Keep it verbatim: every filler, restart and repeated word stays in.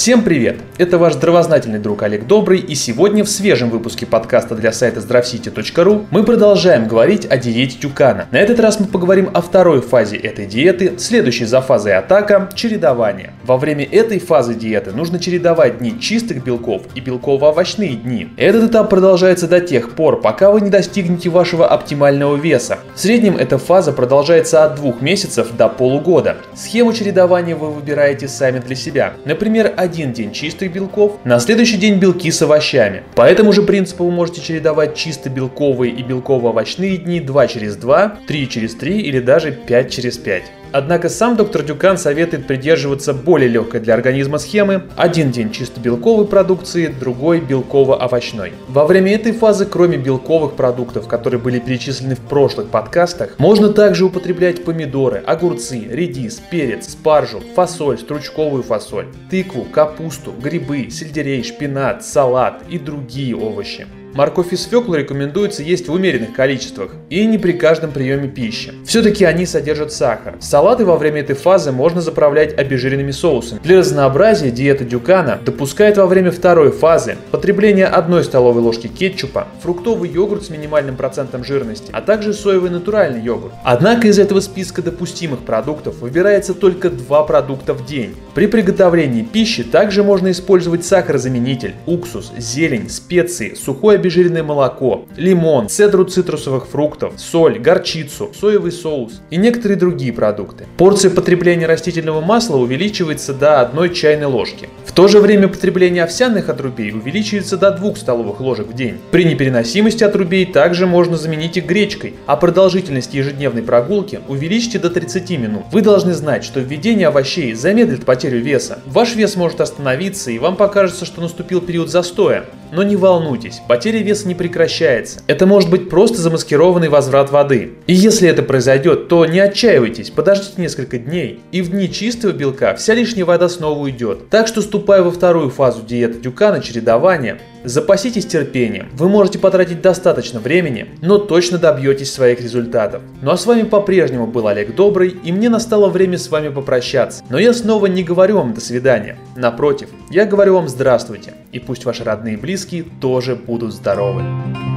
Всем привет! Это ваш здравознательный друг Олег Добрый, и сегодня в свежем выпуске подкаста для сайта здравсити точка ру мы продолжаем говорить о диете Дюкана. На этот раз мы поговорим о второй фазе этой диеты, следующей за фазой атака – чередование. Во время этой фазы диеты нужно чередовать дни чистых белков и белково-овощные дни. Этот этап продолжается до тех пор, пока вы не достигнете вашего оптимального веса. В среднем эта фаза продолжается от двух месяцев до полугода. Схему чередования вы выбираете сами для себя. Например, один день чистых белков, на следующий день белки с овощами. По этому же принципу вы можете чередовать чисто белковые и белково-овощные дни два через два, три через три или даже пять через пять. Однако сам доктор Дюкан советует придерживаться более легкой для организма схемы: один день чисто белковой продукции, другой белково-овощной. Во время этой фазы, кроме белковых продуктов, которые были перечислены в прошлых подкастах, можно также употреблять помидоры, огурцы, редис, перец, спаржу, фасоль, стручковую фасоль, тыкву, капусту, грибы, сельдерей, шпинат, салат и другие овощи. Морковь и свеклу рекомендуется есть в умеренных количествах и не при каждом приеме пищи. Все-таки они содержат сахар. Салаты во время этой фазы можно заправлять обезжиренными соусами. Для разнообразия диета Дюкана допускает во время второй фазы потребление одной столовой ложки кетчупа, фруктовый йогурт с минимальным процентом жирности, а также соевый натуральный йогурт. Однако из этого списка допустимых продуктов выбирается только два продукта в день. При приготовлении пищи также можно использовать сахарозаменитель, уксус, зелень, специи, сухое обезжиренное молоко, лимон, цедру цитрусовых фруктов, соль, горчицу, соевый соус и некоторые другие продукты. Порция потребления растительного масла увеличивается до одной чайной ложки. В то же время потребление овсяных отрубей увеличивается до двух столовых ложек в день. При непереносимости отрубей также можно заменить их гречкой, а продолжительность ежедневной прогулки увеличьте до тридцати минут. Вы должны знать, что введение овощей замедлит потерю веса. Ваш вес может остановиться, и вам покажется, что наступил период застоя. Но не волнуйтесь, потеря веса не прекращается. Это может быть просто замаскированный возврат воды. И если это произойдет, то не отчаивайтесь, подождите несколько дней, и в дни чистого белка вся лишняя вода снова уйдет. Так что, вступая во вторую фазу диеты Дюкана, чередования, запаситесь терпением. Вы можете потратить достаточно времени, но точно добьетесь своих результатов. Ну а с вами по-прежнему был Олег Добрый, и мне настало время с вами попрощаться. Но я снова не говорю вам до свидания. Напротив, я говорю вам здравствуйте, и пусть ваши родные и близкие тоже будут здоровы.